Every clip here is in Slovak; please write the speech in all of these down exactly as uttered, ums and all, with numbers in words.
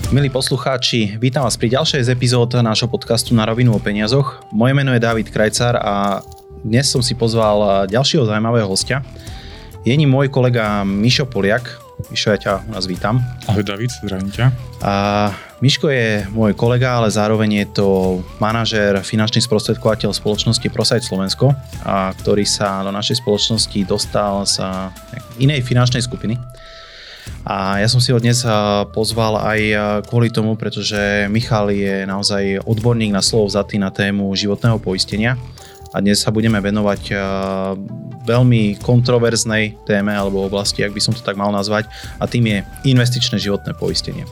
Milí poslucháči, vítam vás pri ďalšej z epizód nášho podcastu Na rovinu o peniazoch. Moje meno je Dávid Krajcar a dnes som si pozval ďalšieho zaujímavého hostia. Je ním môj kolega Mišo Poliak. Mišo, ja ťa u nás vítam. Ahoj David, zdravím ťa. A Miško je môj kolega, ale zároveň je to manažér, finančný sprostredkovateľ spoločnosti ProSite Slovensko, a ktorý sa do našej spoločnosti dostal z inej finančnej skupiny. A ja som si ho dnes pozval aj kvôli tomu, pretože Michal je naozaj odborník na slovo vzatý na tému životného poistenia. A dnes sa budeme venovať veľmi kontroverznej téme alebo oblasti, ak by som to tak mal nazvať, a tým je investičné životné poistenie.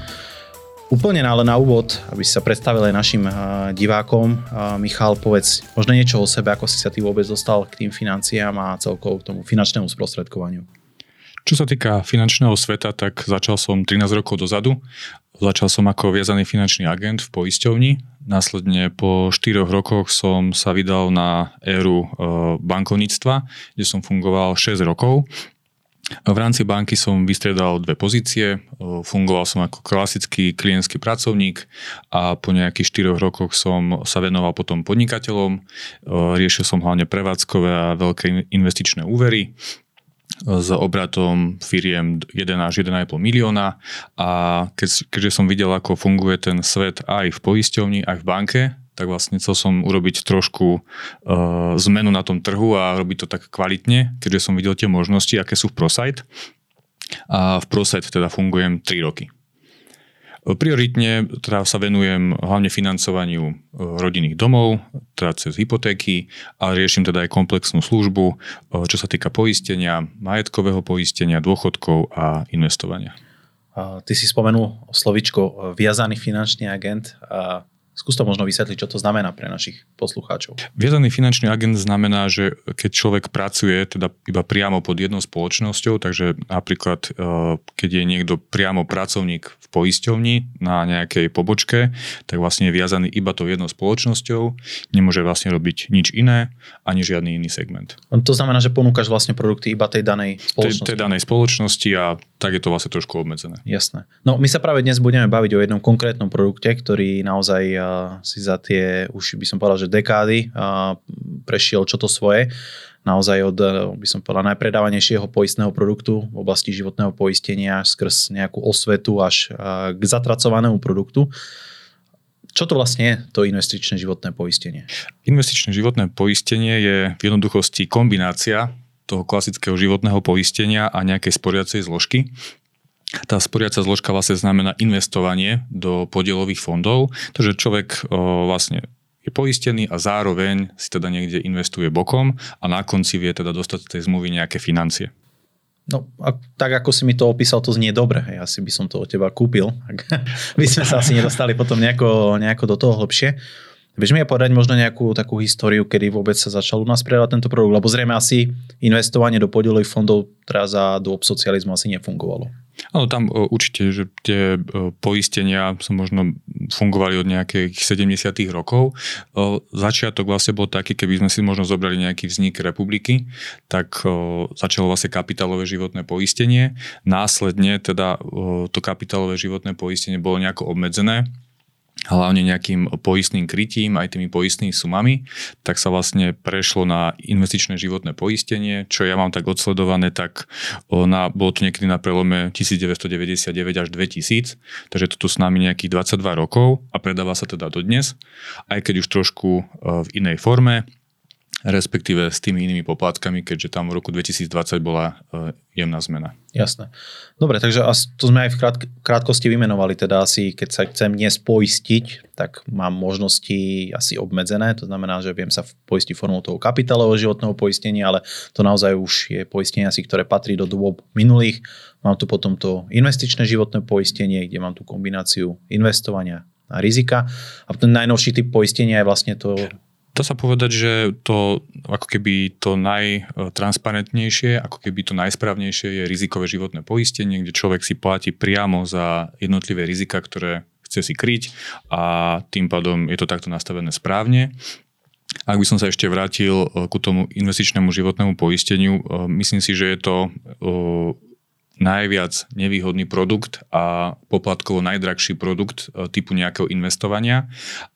Úplne ale na úvod, aby si sa predstavil aj našim divákom, Michal, povedz možno niečo o sebe, ako si sa ty vôbec dostal k tým financiám a celkovo k tomu finančnému sprostredkovaniu. Čo sa týka finančného sveta, tak začal som trinásť rokov dozadu. Začal som ako viazaný finančný agent v poisťovni. Následne po štyroch rokoch som sa vydal na éru bankovníctva, kde som fungoval šesť rokov. V rámci banky som vystriedal dve pozície. Fungoval som ako klasický klientský pracovník a po nejakých štyroch rokoch som sa venoval potom podnikateľom. Riešil som hlavne prevádzkové a veľké investičné úvery s obratom firiem jeden až jeden a pol milióna, a keď, keďže som videl, ako funguje ten svet aj v poisťovni, aj v banke, tak vlastne chcel som urobiť trošku uh, zmenu na tom trhu a robiť to tak kvalitne, keďže som videl tie možnosti, aké sú v ProSite. A v ProSite teda fungujem tri roky. Prioritne teda sa venujem hlavne financovaniu rodinných domov, teda cez hypotéky, a riešim teda aj komplexnú službu, čo sa týka poistenia, majetkového poistenia, dôchodkov a investovania. Ty si spomenul slovičko viazaný finančný agent. A skús to možno vysvetliť, čo to znamená pre našich poslucháčov. Viazaný finančný agent znamená, že keď človek pracuje teda iba priamo pod jednou spoločnosťou, takže napríklad keď je niekto priamo pracovník v poisťovni na nejakej pobočke, tak vlastne je viazaný iba tou jednou spoločnosťou, nemôže vlastne robiť nič iné, ani žiadny iný segment. To znamená, že ponúkaš vlastne produkty iba tej danej spoločnosti. Tej, tej danej spoločnosti, a tak je to vlastne trošku obmedzené. Jasné. No my sa práve dnes budeme baviť o jednom konkrétnom produkte, ktorý naozaj si za tie, už by som povedal, že dekády prešiel čo to svoje. Naozaj od, by som povedal, najpredávanejšieho poistného produktu v oblasti životného poistenia skrz nejakú osvetu až k zatracovanému produktu. Čo to vlastne je, to investičné životné poistenie? Investičné životné poistenie je v jednoduchosti kombinácia toho klasického životného poistenia a nejakej sporiacej zložky. Tá sporiaca zložka vlastne znamená investovanie do podielových fondov, takže človek o, vlastne je poistený a zároveň si teda niekde investuje bokom a na konci vie teda dostať z tej zmluvy nejaké financie. No a tak ako si mi to opísal, to znie dobre. Ja si by som to od teba kúpil. By sme sa asi nedostali potom nejako, nejako do toho hlbšie. Vieš mi povedať možno nejakú takú históriu, kedy vôbec sa začal u nás predávať tento produkt? Lebo zrejme asi investovanie do podielových fondov teraz za dob socializmu asi nefungovalo. Áno, tam určite, že tie poistenia sa možno fungovali od nejakých sedemdesiatych rokov. Začiatok vlastne bol taký, keby sme si možno zobrali nejaký vznik republiky, tak začalo vlastne kapitálové životné poistenie. Následne teda to kapitálové životné poistenie bolo nejako obmedzené, hlavne nejakým poistným krytím, aj tými poistnými sumami, tak sa vlastne prešlo na investičné životné poistenie, čo ja mám tak odsledované, tak na, bolo to niekedy na prelome devätnásťstodeväťdesiatdeväť až dvetisíc, takže to tu s nami nejakých dvadsaťdva rokov a predáva sa teda dodnes, aj keď už trošku v inej forme, respektíve s tými inými poplatkami, keďže tam v roku dvetisícdvadsať bola jemná zmena. Jasné. Dobre, takže to sme aj v krátk- krátkosti vymenovali, teda asi keď sa chcem dnes poistiť, tak mám možnosti asi obmedzené, to znamená, že viem sa poistiť formou toho kapitálového životného poistenia, ale to naozaj už je poistenie asi, ktoré patrí do dôb minulých. Mám tu potom to investičné životné poistenie, kde mám tú kombináciu investovania a rizika. A ten najnovší typ poistenia je vlastne to... Dá sa povedať, že to ako keby to najtransparentnejšie, ako keby to najsprávnejšie je rizikové životné poistenie, kde človek si platí priamo za jednotlivé rizika, ktoré chce si kryť, a tým pádom je to takto nastavené správne. Ak by som sa ešte vrátil ku tomu investičnému životnému poisteniu, myslím si, že je to najviac nevýhodný produkt a poplatkovo najdrahší produkt typu nejakého investovania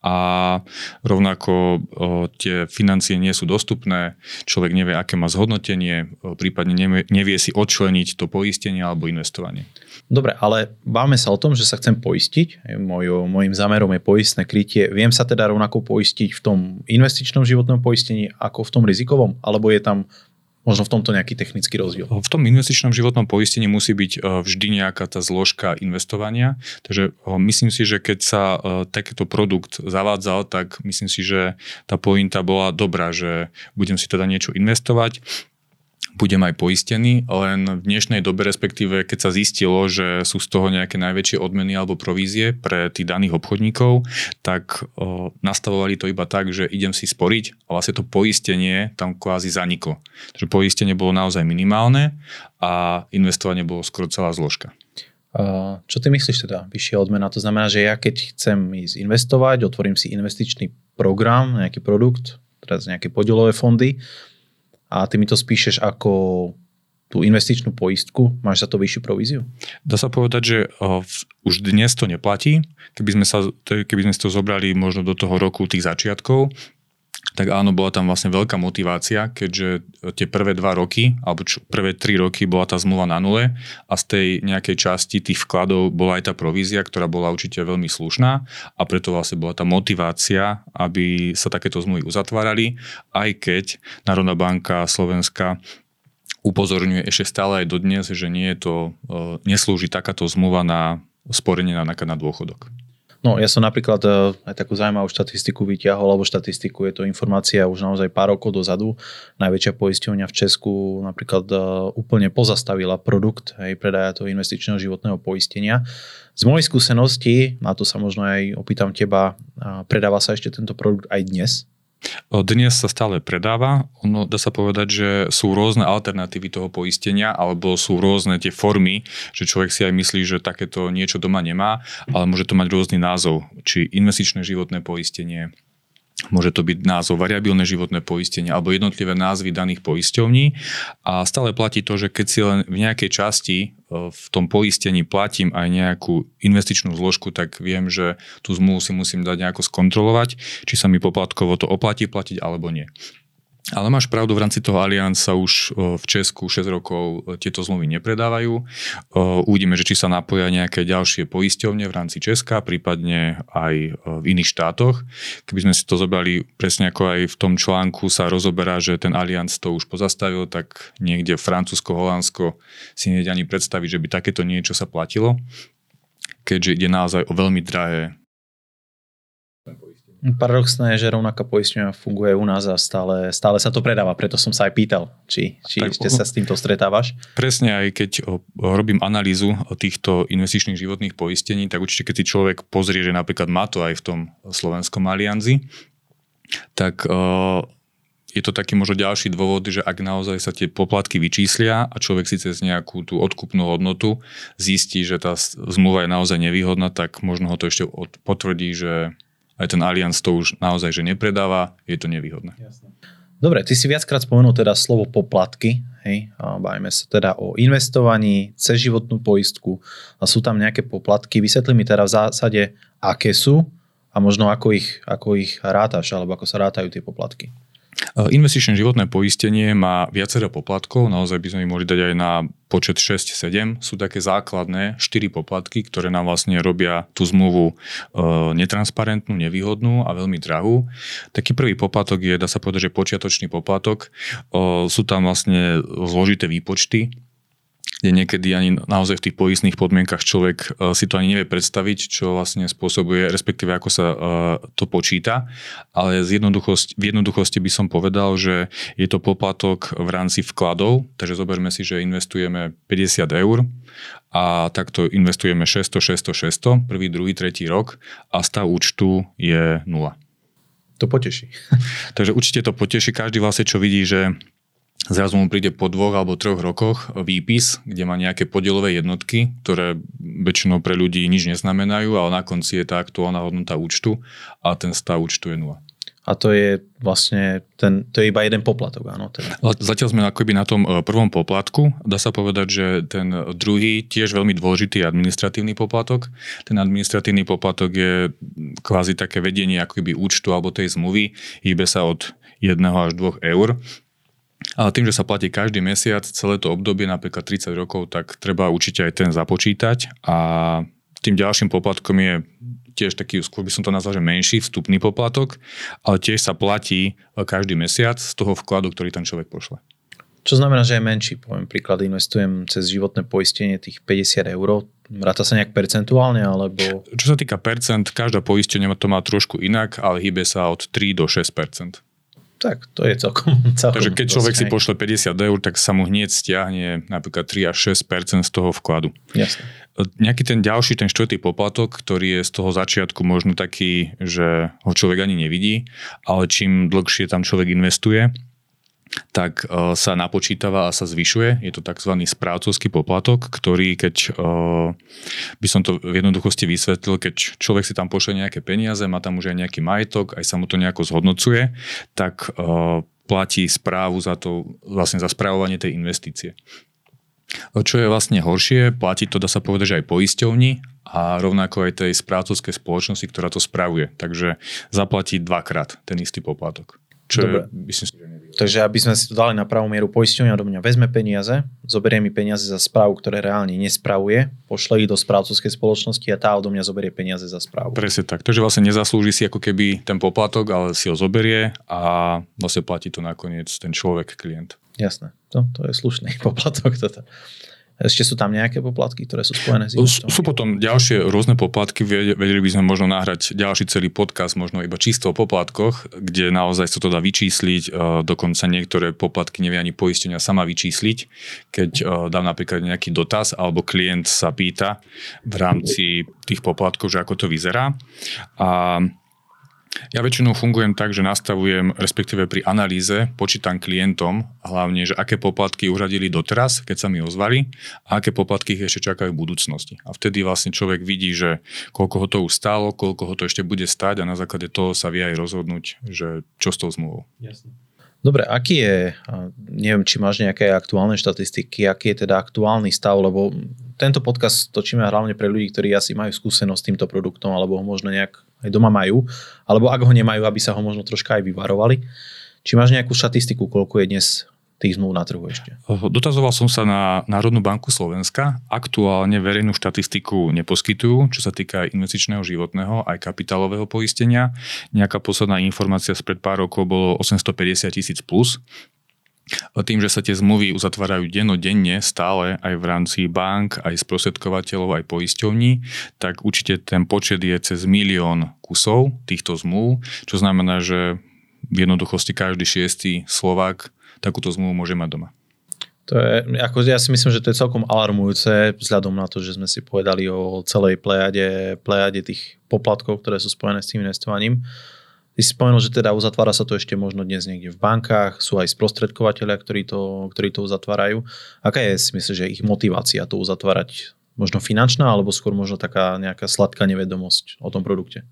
a rovnako tie financie nie sú dostupné, človek nevie, aké má zhodnotenie, prípadne nevie, nevie si odčleniť to poistenie alebo investovanie. Dobre, ale bavme sa o tom, že sa chcem poistiť. Mojou, mojím zámerom je poistné krytie. Viem sa teda rovnako poistiť v tom investičnom životnom poistení ako v tom rizikovom? Alebo je tam možno v tomto nejaký technický rozdiel? V tom investičnom životnom poistení musí byť vždy nejaká tá zložka investovania. Takže myslím si, že keď sa takýto produkt zavádzal, tak myslím si, že tá pointa bola dobrá, že budem si teda niečo investovať, budem aj poistený, len v dnešnej dobe, respektíve keď sa zistilo, že sú z toho nejaké najväčšie odmeny alebo provízie pre tých daných obchodníkov, tak o, nastavovali to iba tak, že idem si sporiť a vlastne to poistenie tam kvázi zaniklo. Takže poistenie bolo naozaj minimálne a investovanie bolo skoro celá zložka. Uh, čo ty myslíš teda, vyššia odmena? To znamená, že ja keď chcem ísť investovať, otvorím si investičný program, nejaký produkt, teraz nejaké podielové fondy, a ty mi to spíšeš ako tú investičnú poistku, máš za to vyššiu províziu? Dá sa povedať, že uh, už dnes to neplatí. Keby sme, sa, keby sme to zobrali možno do toho roku tých začiatkov, tak áno, bola tam vlastne veľká motivácia, keďže tie prvé dva roky, alebo čo, prvé tri roky bola tá zmluva na nule a z tej nejakej časti tých vkladov bola aj tá provízia, ktorá bola určite veľmi slušná a preto vlastne bola tá motivácia, aby sa takéto zmluvy uzatvárali, aj keď Národná banka Slovenska upozorňuje ešte stále aj dodnes, že nie je to, neslúži takáto zmluva na sporenie na, na dôchodok. No, ja som napríklad aj takú zaujímavú štatistiku vyťahol, alebo štatistiku, je to informácia už naozaj pár rokov dozadu. Najväčšia poisťovňa v Česku napríklad úplne pozastavila produkt hej, predaja toho investičného životného poistenia. Z mojej skúsenosti, na to sa možno aj opýtam teba, predáva sa ešte tento produkt aj dnes? Dnes sa stále predáva. Ono, dá sa povedať, že sú rôzne alternatívy toho poistenia alebo sú rôzne tie formy, že človek si aj myslí, že takéto niečo doma nemá, ale môže to mať rôzny názov. Či investičné životné poistenie, môže to byť názov variabilné životné poistenie alebo jednotlivé názvy daných poisťovní a stále platí to, že keď si len v nejakej časti v tom poistení platím aj nejakú investičnú zložku, tak viem, že tú zmluvu si musím dať nejako skontrolovať, či sa mi poplatkovo to oplatí platiť alebo nie. Ale máš pravdu, v rámci toho Allianz sa už v Česku šesť rokov tieto zmluvy nepredávajú. Uvidíme, že či sa napoja nejaké ďalšie poisťovne v rámci Česka, prípadne aj v iných štátoch. Keby sme si to zobrali presne ako aj v tom článku sa rozoberá, že ten Allianz to už pozastavil, tak niekde Francúzsko, Holandsko si nevie ani predstaviť, že by takéto niečo sa platilo, keďže ide naozaj o veľmi drahé. Paradoxné je, že rovnaká poistňovňa funguje u nás a stále, stále sa to predáva, preto som sa aj pýtal, či, či ešte sa s týmto stretávaš. Presne, aj keď robím analýzu týchto investičných životných poistení, tak určite keď si človek pozrie, že napríklad má to aj v tom slovenskom Allianzi, tak uh, je to taký možno ďalší dôvod, že ak naozaj sa tie poplatky vyčíslia a človek si cez nejakú tú odkupnú hodnotu zistí, že tá zmluva je naozaj nevýhodná, tak možno ho to ešte potvrdí, že aj ten Allianz to už naozaj, že nepredáva, je to nevýhodné. Jasne. Dobre, ty si viackrát spomenul teda slovo poplatky, hej, a bavíme sa teda o investovaní, cez životnú poistku a sú tam nejaké poplatky. Vysvetli mi teda v zásade, aké sú a možno ako ich, ako ich rátaš, alebo ako sa rátajú tie poplatky. Investičné životné poistenie má viacero poplatkov, naozaj by sme ich mohli dať aj na počet šesť sedem. Sú také základné štyri poplatky, ktoré nám vlastne robia tú zmluvu e, netransparentnú, nevýhodnú a veľmi drahú. Taký prvý poplatok je, dá sa povedať, že počiatočný poplatok. E, sú tam vlastne zložité výpočty, kde niekedy ani naozaj v tých poistných podmienkach človek si to ani nevie predstaviť, čo vlastne spôsobuje, respektíve ako sa to počíta. Ale z jednoduchosti, v jednoduchosti by som povedal, že je to poplatok v rámci vkladov, takže zoberme si, že investujeme päťdesiat eur a takto investujeme šesťsto, šesťsto, šesťsto, prvý, druhý, tretí rok a stav účtu je nula. To poteší. Takže určite to poteší. Každý vlastne, čo vidí, že zrazu mu príde po dvoch alebo troch rokoch výpis, kde má nejaké podielové jednotky, ktoré väčšinou pre ľudí nič neznamenajú, ale na konci je tá aktuálna hodnota účtu a ten stav účtu je nula. A to je vlastne, ten, to je iba jeden poplatok, áno? Teda. Zatiaľ sme akoby na tom prvom poplatku. Dá sa povedať, že ten druhý, tiež veľmi dôležitý administratívny poplatok. Ten administratívny poplatok je kvázi také vedenie akoby účtu alebo tej zmluvy. Hýbe sa od jedného až dvoch eur. Ale tým, že sa platí každý mesiac, celé to obdobie, napríklad tridsať rokov, tak treba určite aj ten započítať. A tým ďalším poplatkom je tiež taký, skôr by som to nazval, že menší vstupný poplatok, ale tiež sa platí každý mesiac z toho vkladu, ktorý ten človek pošle. Čo znamená, že je menší? Poviem príklad, investujem cez životné poistenie tých päťdesiat eur. Ráta sa nejak percentuálne, alebo... Čo sa týka percent, každá poistenie to má trošku inak, ale hýbe sa od tri do šesť percent. Tak, to je celkom... celkom Takže keď človek dosť, si pošle päťdesiat eur, tak sa mu hneď stiahne napríklad tri až šesť percent z toho vkladu. Jasne. Nejaký ten ďalší, ten štvrtý poplatok, ktorý je z toho začiatku možno taký, že ho človek ani nevidí, ale čím dlhšie tam človek investuje, tak uh, sa napočítava a sa zvyšuje. Je to tzv. Správcovský poplatok, ktorý, keď uh, by som to v jednoduchosti vysvetlil, keď človek si tam pošle nejaké peniaze, má tam už aj nejaký majetok, aj sa mu to nejako zhodnocuje, tak uh, platí správu za to, vlastne za správovanie tej investície. Čo je vlastne horšie, platí to, dá sa povedať, že aj poisťovni a rovnako aj tej správcovskej spoločnosti, ktorá to spravuje. Takže zaplatí dvakrát ten istý poplatok. Čo Dobre. je, myslím si, Takže aby sme si to dali na pravú mieru, poisťovňa do mňa vezme peniaze, zoberie mi peniaze za správu, ktoré reálne nespravuje, pošle ich do správcovskej spoločnosti a tá odo mňa zoberie peniaze za správu. Presne tak. Takže vlastne nezaslúži si ako keby ten poplatok, ale si ho zoberie a vlastne platí to nakoniec ten človek, klient. Jasné. To, to je slušný poplatok. Toto. Ešte sú tam nejaké poplatky, ktoré sú spojené s investom? Sú potom ďalšie rôzne poplatky, vedeli by sme možno nahrať ďalší celý podcast, možno iba čisto o poplatkoch, kde naozaj sa to dá vyčísliť, dokonca niektoré poplatky nevie ani poistenia sama vyčísliť, keď dám napríklad nejaký dotaz, alebo klient sa pýta v rámci tých poplatkov, že ako to vyzerá. A ja väčšinou fungujem tak, že nastavujem, respektíve pri analýze počítam klientom, hlavne, že aké poplatky uhradili doteraz, keď sa mi ozvali, a aké poplatky ich ešte čakajú v budúcnosti. A vtedy vlastne človek vidí, že koľko ho to už stálo, koľko ho to ešte bude stáť a na základe toho sa vie aj rozhodnúť, že čo s tou zmluvou. Jasne. Dobre, aký je, neviem, či máš nejaké aktuálne štatistiky, aký je teda aktuálny stav, lebo tento podcast točíme hlavne pre ľudí, ktorí asi majú skúsenosť s týmto produktom, alebo ho možno nejak aj doma majú, alebo ak ho nemajú, aby sa ho možno troška aj vyvarovali. Či máš nejakú štatistiku, koľko je dnes tých zmluv na trhu ešte? Dotazoval som sa na Národnú banku Slovenska. Aktuálne verejnú štatistiku neposkytujú, čo sa týka investičného životného aj kapitálového poistenia. Nejaká posledná informácia spred pár rokov bolo osemstopäťdesiat tisíc plus. Tým, že sa tie zmluvy uzatvárajú dennodenne stále aj v rámci bank, aj sprostredkovateľov, aj poisťovní, tak určite ten počet je cez milión kusov týchto zmluv, čo znamená, že v jednoduchosti každý šiestý Slovák takúto zmluvu môže mať doma. To je, ako ja si myslím, že to je celkom alarmujúce vzhľadom na to, že sme si povedali o celej plejade, plejade tých poplatkov, ktoré sú spojené s tým investovaním. Ty si spomenul, že teda uzatvára sa to ešte možno dnes niekde v bankách, sú aj sprostredkovateľia, ktorí to, ktorí to uzatvárajú. Aká je, si myslím, že ich motivácia to uzatvárať? Možno finančná, alebo skôr možno taká nejaká sladká nevedomosť o tom produkte?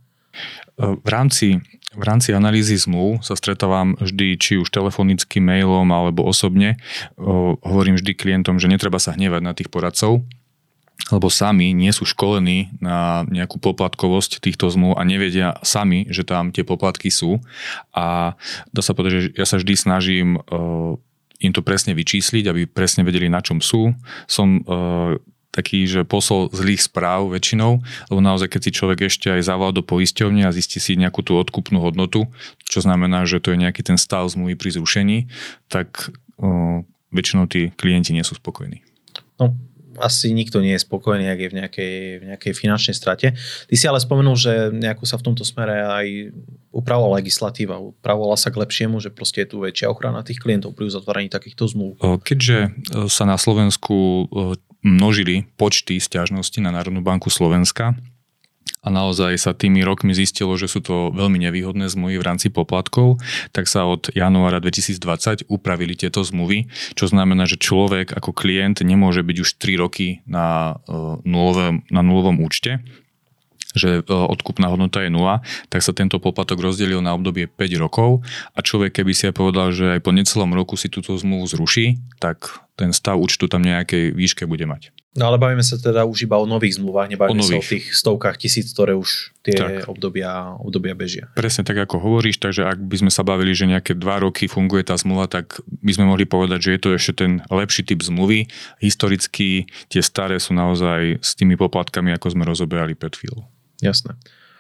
V rámci, v rámci analýzy zmluv sa stretávam vždy, či už telefonicky, mailom alebo osobne. Hovorím vždy klientom, že netreba sa hnevať na tých poradcov, lebo sami nie sú školení na nejakú poplatkovosť týchto zmluv a nevedia sami, že tam tie poplatky sú. A dá sa povedať, že ja sa vždy snažím uh, im to presne vyčísliť, aby presne vedeli, na čom sú. Som uh, taký, že posol zlých správ väčšinou, lebo naozaj, keď si človek ešte aj zavolá do poisťovne a zistí si nejakú tú odkupnú hodnotu, čo znamená, že to je nejaký ten stav zmluvy pri zrušení, tak uh, väčšinou tí klienti nie sú spokojní. No. Asi nikto nie je spokojný, ak je v nejakej, v nejakej finančnej strate. Ty si ale spomenul, že nejako sa v tomto smere aj upravovala legislatíva. Upravovala sa k lepšiemu, že proste je tu väčšia ochrana tých klientov pri uzatváraní takýchto zmluv. Keďže sa na Slovensku množili počty sťažností na Národnú banku Slovenska, a naozaj sa tými rokmi zistilo, že sú to veľmi nevýhodné zmluvy v rámci poplatkov, tak sa od januára dvetisícdvadsať upravili tieto zmluvy, čo znamená, že človek ako klient nemôže byť už tri roky na, nulovom, na nulovom účte, že odkupná hodnota je nula, tak sa tento poplatok rozdelil na obdobie päť rokov a človek, keby si aj povedal, že aj po necelom roku si túto zmluvu zruší, tak ten stav účtu tam nejakej výške bude mať. No ale bavíme sa teda už iba o nových zmluvách, nebavíme o sa o tých stovkách tisíc, ktoré už tie tak. obdobia, obdobia bežia. Presne tak, ako hovoríš, takže ak by sme sa bavili, že nejaké dva roky funguje tá zmluva, tak by sme mohli povedať, že je to ešte ten lepší typ zmluvy. Historicky tie staré sú naozaj s tými poplatkami, ako sme rozoberali pred chvíľou. Jasné.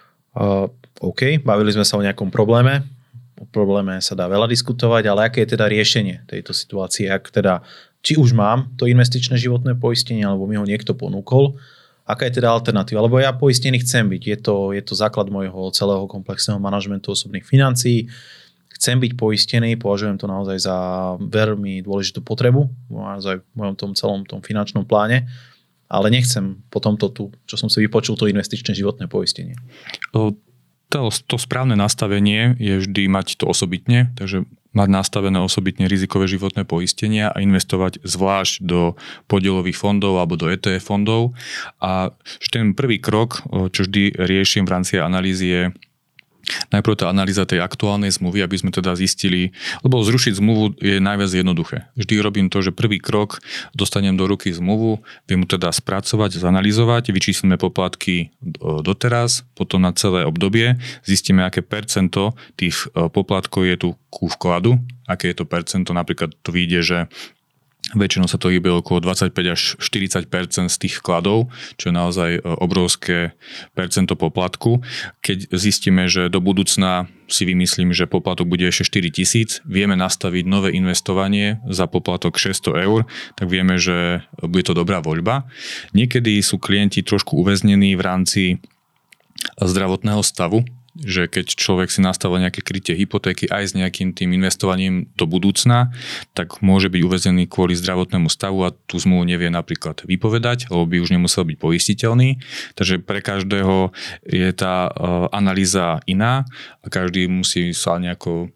Uh, OK, bavili sme sa o nejakom probléme. O probléme sa dá veľa diskutovať, ale aké je teda riešenie tejto situácie? Ak teda, či už mám to investičné životné poistenie, alebo mi ho niekto ponúkol, aká je teda alternatíva? Lebo ja poistený chcem byť. Je to, je to základ môjho celého komplexného manažmentu osobných financií. Chcem byť poistený, považujem to naozaj za veľmi dôležitú potrebu naozaj v mojom tom celom tom finančnom pláne, ale nechcem po tomto tu, čo som si vypočul, to investičné životné poistenie. O... To, to správne nastavenie je vždy mať to osobitne, takže mať nastavené osobitne rizikové životné poistenia a investovať zvlášť do podielových fondov alebo do é té ef fondov. A ten prvý krok, čo vždy riešim v rámci analýzy, je najprv tá analýza tej aktuálnej zmluvy, aby sme teda zistili, lebo zrušiť zmluvu je najviac jednoduché. Vždy robím to, že prvý krok, dostanem do ruky zmluvu, viem mu teda spracovať, zanalýzovať, vyčíslime poplatky doteraz, potom na celé obdobie, zistíme, aké percento tých poplatkov je tu ku vkladu, aké je to percento, napríklad to vyjde, že väčšinou sa to hýbe okolo dvadsaťpäť až štyridsať percent z tých vkladov, čo je naozaj obrovské percento poplatku. Keď zistíme, že do budúcna si vymyslím, že poplatok bude ešte štyri tisíc, vieme nastaviť nové investovanie za poplatok šesťsto eur, tak vieme, že bude to dobrá voľba. Niekedy sú klienti trošku uväznení v rámci zdravotného stavu, že keď človek si nastavil nejaké krytie hypotéky aj s nejakým tým investovaním do budúcna, tak môže byť uväznený kvôli zdravotnému stavu a tú zmluvu nevie napríklad vypovedať, lebo by už nemusel byť poistiteľný. Takže pre každého je tá analýza iná a každý musí sa nejako...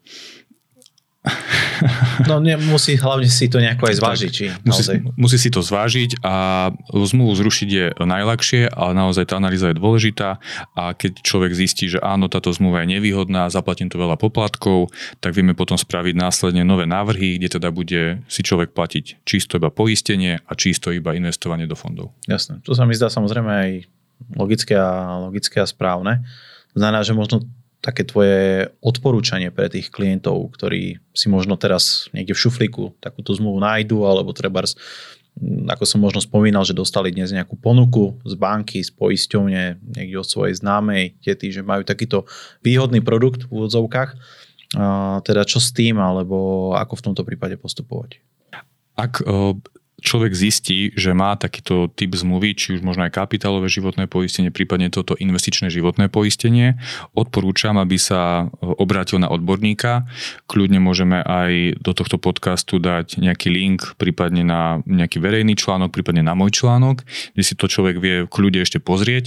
No ne, musí hlavne si to nejako aj zvážiť. Či musí, musí si to zvážiť a zmluvu zrušiť je najľahšie, ale naozaj tá analýza je dôležitá a keď človek zistí, že áno, táto zmluva je nevýhodná, zaplatím to veľa poplatkov, tak vieme potom spraviť následne nové návrhy, kde teda bude si človek platiť čisto iba poistenie a čisto iba investovanie do fondov. Jasné. To sa mi zdá samozrejme aj logické a, logické a správne. Znamená, že možno také tvoje odporúčanie pre tých klientov, ktorí si možno teraz niekde v šuflíku takúto zmluvu nájdu, alebo trebárs, ako som možno spomínal, že dostali dnes nejakú ponuku z banky, z poisťovne, niekde od svojej známej tety, že majú takýto výhodný produkt v úvodzovkách. A teda čo s tým, alebo ako v tomto prípade postupovať? Ak človek zistí, že má takýto typ zmluvy, či už možno aj kapitálové životné poistenie, prípadne toto investičné životné poistenie, odporúčam, aby sa obrátil na odborníka. Kľudne môžeme aj do tohto podcastu dať nejaký link, prípadne na nejaký verejný článok, prípadne na môj článok, kde si to človek vie kľudne ešte pozrieť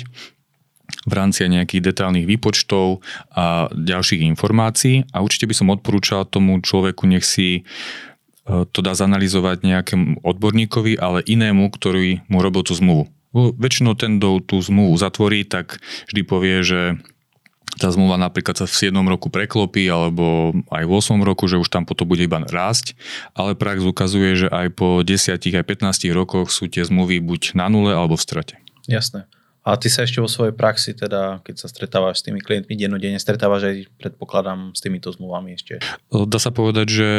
v rámci nejakých detailných výpočtov a ďalších informácií. A určite by som odporúčal tomu človeku, nech si to dá zanalizovať nejakému odborníkovi, ale inému, ktorý mu robil tú zmluvu. Väčšinou ten, kto tú zmluvu zatvorí, tak vždy povie, že tá zmluva napríklad sa v siedmom roku preklopí, alebo aj v ôsmom roku, že už tam potom bude iba rásť, ale prax ukazuje, že aj po desiatich aj pätnástich rokoch sú tie zmluvy buď na nule, alebo v strate. Jasné. A ty sa ešte vo svojej praxi, teda keď sa stretávaš s tými klientmi dennodenne, stretávaš aj, predpokladám, s týmito zmluvami ešte? Dá sa povedať, že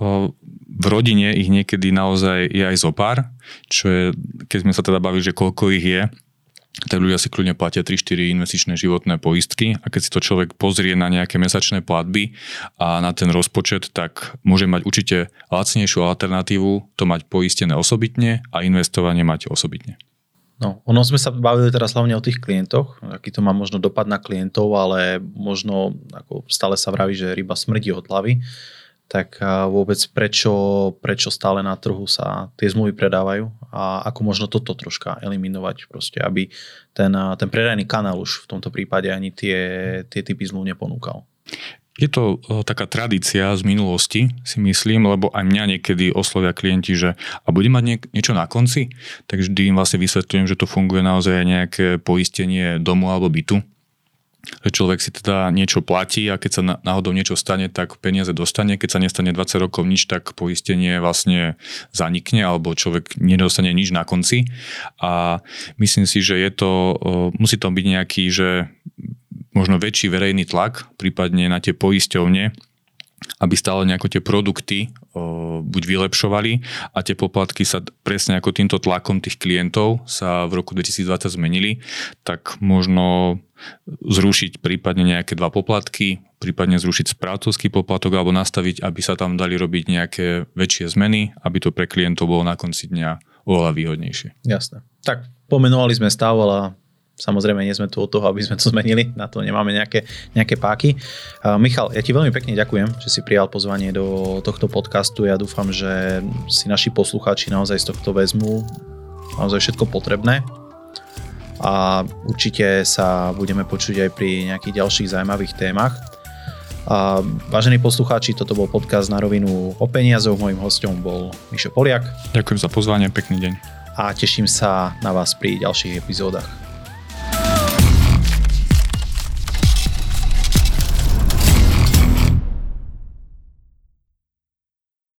v rodine ich niekedy naozaj je aj zopár, čo je, keď sme sa teda bavili, že koľko ich je, tak ľudia si kľudne platia tri štyri investičné životné poistky a keď si to človek pozrie na nejaké mesačné platby a na ten rozpočet, tak môže mať určite lacnejšiu alternatívu, to mať poistené osobitne a investovanie mať osobitne. No, ono sme sa bavili teraz hlavne o tých klientoch, aký to má možno dopad na klientov, ale možno, ako stále sa vraví, že ryba smrdí od hlavy, tak vôbec prečo, prečo stále na trhu sa tie zmluvy predávajú a ako možno toto troška eliminovať proste, aby ten, ten predajný kanál už v tomto prípade ani tie, tie typy zmluv neponúkal. Je to o, taká tradícia z minulosti, si myslím, lebo aj mňa niekedy oslovia klienti, že a bude mať niek- niečo na konci, tak vždy im vlastne vysvetľujem, že to funguje naozaj nejaké poistenie domu alebo bytu. Že človek si teda niečo platí a keď sa náhodou niečo stane, tak peniaze dostane. Keď sa nestane dvadsať rokov nič, tak poistenie vlastne zanikne alebo človek nedostane nič na konci. A myslím si, že je to, musí to byť nejaký, že možno väčší verejný tlak, prípadne na tie poisťovne, aby stále nejako tie produkty o, buď vylepšovali a tie poplatky sa presne ako týmto tlakom tých klientov sa v roku dvetisícdvadsať zmenili, tak možno zrušiť prípadne nejaké dva poplatky, prípadne zrušiť správcovský poplatok alebo nastaviť, aby sa tam dali robiť nejaké väčšie zmeny, aby to pre klientov bolo na konci dňa oveľa výhodnejšie. Jasné. Tak pomenovali sme stav, ale samozrejme nie sme tu od toho, aby sme to zmenili, na to nemáme nejaké, nejaké páky. Uh, Michal, ja ti veľmi pekne ďakujem, že si prijal pozvanie do tohto podcastu. Ja dúfam, že si naši poslucháči naozaj z tohto vezmú naozaj všetko potrebné a určite sa budeme počuť aj pri nejakých ďalších zaujímavých témach. A vážení poslucháči, toto bol podcast Na rovinu o peniazoch. Mojím hosťom bol Mišo Poliak. Ďakujem za pozvanie, pekný deň. A teším sa na vás pri ďalších epizódach.